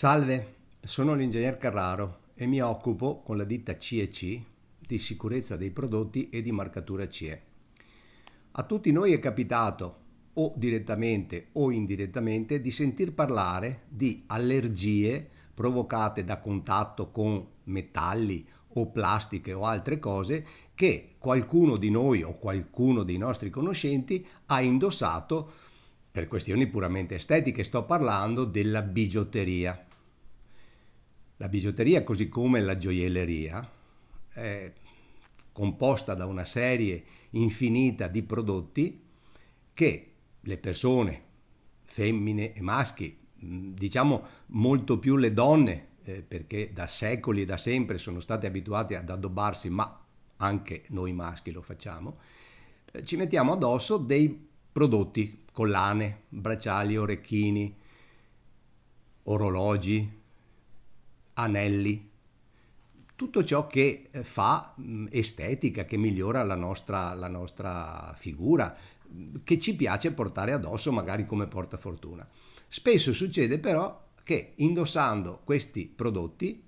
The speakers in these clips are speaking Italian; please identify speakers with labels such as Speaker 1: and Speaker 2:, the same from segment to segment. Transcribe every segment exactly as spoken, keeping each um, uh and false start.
Speaker 1: Salve, sono l'ingegner Carraro e mi occupo con la ditta C e C di sicurezza dei prodotti e di marcatura C E. A tutti noi è capitato, o direttamente o indirettamente, di sentir parlare di allergie provocate da contatto con metalli o plastiche o altre cose che qualcuno di noi o qualcuno dei nostri conoscenti ha indossato per questioni puramente estetiche. Sto parlando della bigiotteria. La bigiotteria, così come la gioielleria, è composta da una serie infinita di prodotti che le persone, femmine e maschi, diciamo molto più le donne, eh, perché da secoli e da sempre sono state abituate ad addobbarsi, ma anche noi maschi lo facciamo, eh, ci mettiamo addosso dei prodotti, collane, bracciali, orecchini, orologi, anelli, tutto ciò che fa estetica, che migliora la nostra, la nostra figura, che ci piace portare addosso magari come portafortuna. Spesso succede però che indossando questi prodotti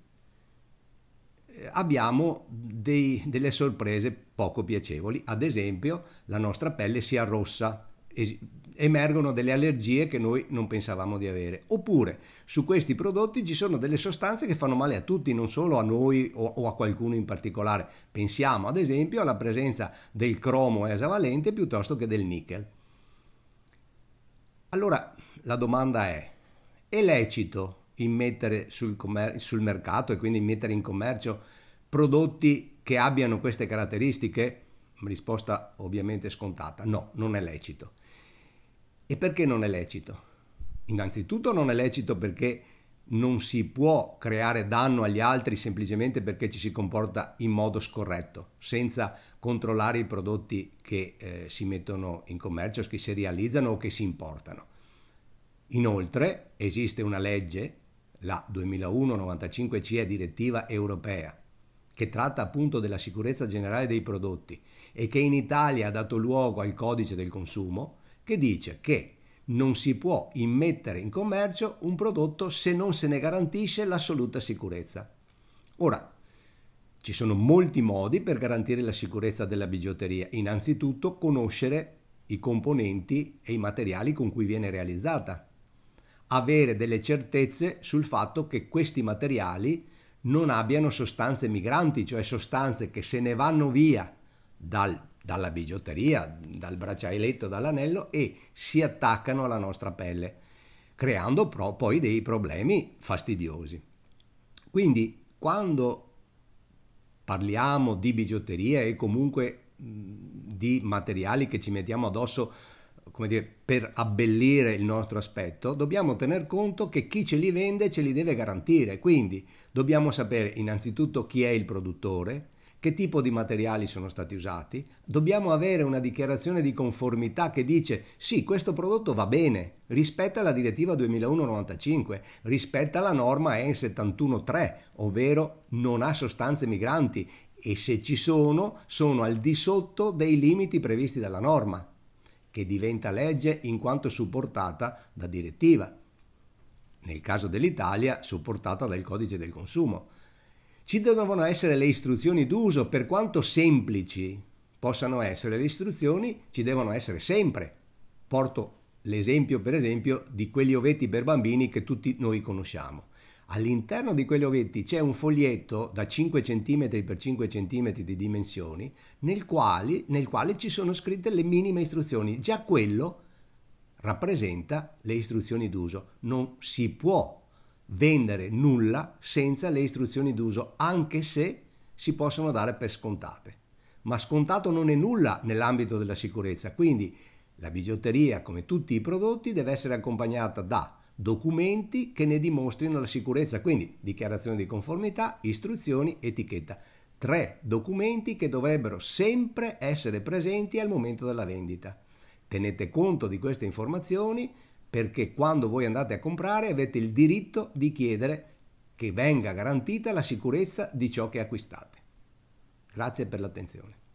Speaker 1: abbiamo dei, delle sorprese poco piacevoli. Ad esempio, la nostra pelle si arrossa, emergono delle allergie che noi non pensavamo di avere, oppure su questi prodotti ci sono delle sostanze che fanno male a tutti, non solo a noi o, o a qualcuno in particolare. Pensiamo ad esempio alla presenza del cromo esavalente piuttosto che del nickel. Allora la domanda è: è lecito immettere sul, sul mercato e quindi mettere in commercio prodotti che abbiano queste caratteristiche? Risposta ovviamente scontata: no, non è lecito. E perché non è lecito? Innanzitutto non è lecito perché non si può creare danno agli altri semplicemente perché ci si comporta in modo scorretto, senza controllare i prodotti che eh, si mettono in commercio, che si realizzano o che si importano. Inoltre esiste una legge, la duemilauno novantacinque C E, direttiva europea, che tratta appunto della sicurezza generale dei prodotti e che in Italia ha dato luogo al codice del consumo, che dice che non si può immettere in commercio un prodotto se non se ne garantisce l'assoluta sicurezza. Ora, ci sono molti modi per garantire la sicurezza della bigiotteria. Innanzitutto conoscere i componenti e i materiali con cui viene realizzata. Avere delle certezze sul fatto che questi materiali non abbiano sostanze migranti, cioè sostanze che se ne vanno via dal dalla bigiotteria, dal braccialetto, dall'anello e si attaccano alla nostra pelle, creando poi dei problemi fastidiosi. Quindi quando parliamo di bigiotteria e comunque di materiali che ci mettiamo addosso, come dire, per abbellire il nostro aspetto, dobbiamo tener conto che chi ce li vende ce li deve garantire. Quindi dobbiamo sapere innanzitutto chi è il produttore, che tipo di materiali sono stati usati, dobbiamo avere una dichiarazione di conformità che dice sì, questo prodotto va bene, rispetta la direttiva duemilauno novantacinque, rispetta la norma E N settantuno tre, ovvero non ha sostanze migranti e se ci sono, sono al di sotto dei limiti previsti dalla norma, che diventa legge in quanto supportata da direttiva, nel caso dell'Italia supportata dal codice del consumo. Ci devono essere le istruzioni d'uso, per quanto semplici possano essere le istruzioni, ci devono essere sempre. Porto l'esempio, per esempio, di quegli ovetti per bambini che tutti noi conosciamo. All'interno di quegli ovetti c'è un foglietto da cinque centimetri per cinque centimetri di dimensioni, nel quale, nel quale ci sono scritte le minime istruzioni. Già quello rappresenta le istruzioni d'uso. Non si può vendere nulla senza le istruzioni d'uso, anche se si possono dare per scontate. Ma scontato non è nulla nell'ambito della sicurezza, quindi la bigiotteria, come tutti i prodotti, deve essere accompagnata da documenti che ne dimostrino la sicurezza, quindi dichiarazione di conformità, istruzioni, etichetta. Tre documenti che dovrebbero sempre essere presenti al momento della vendita. Tenete conto di queste informazioni, perché quando voi andate a comprare avete il diritto di chiedere che venga garantita la sicurezza di ciò che acquistate. Grazie per l'attenzione.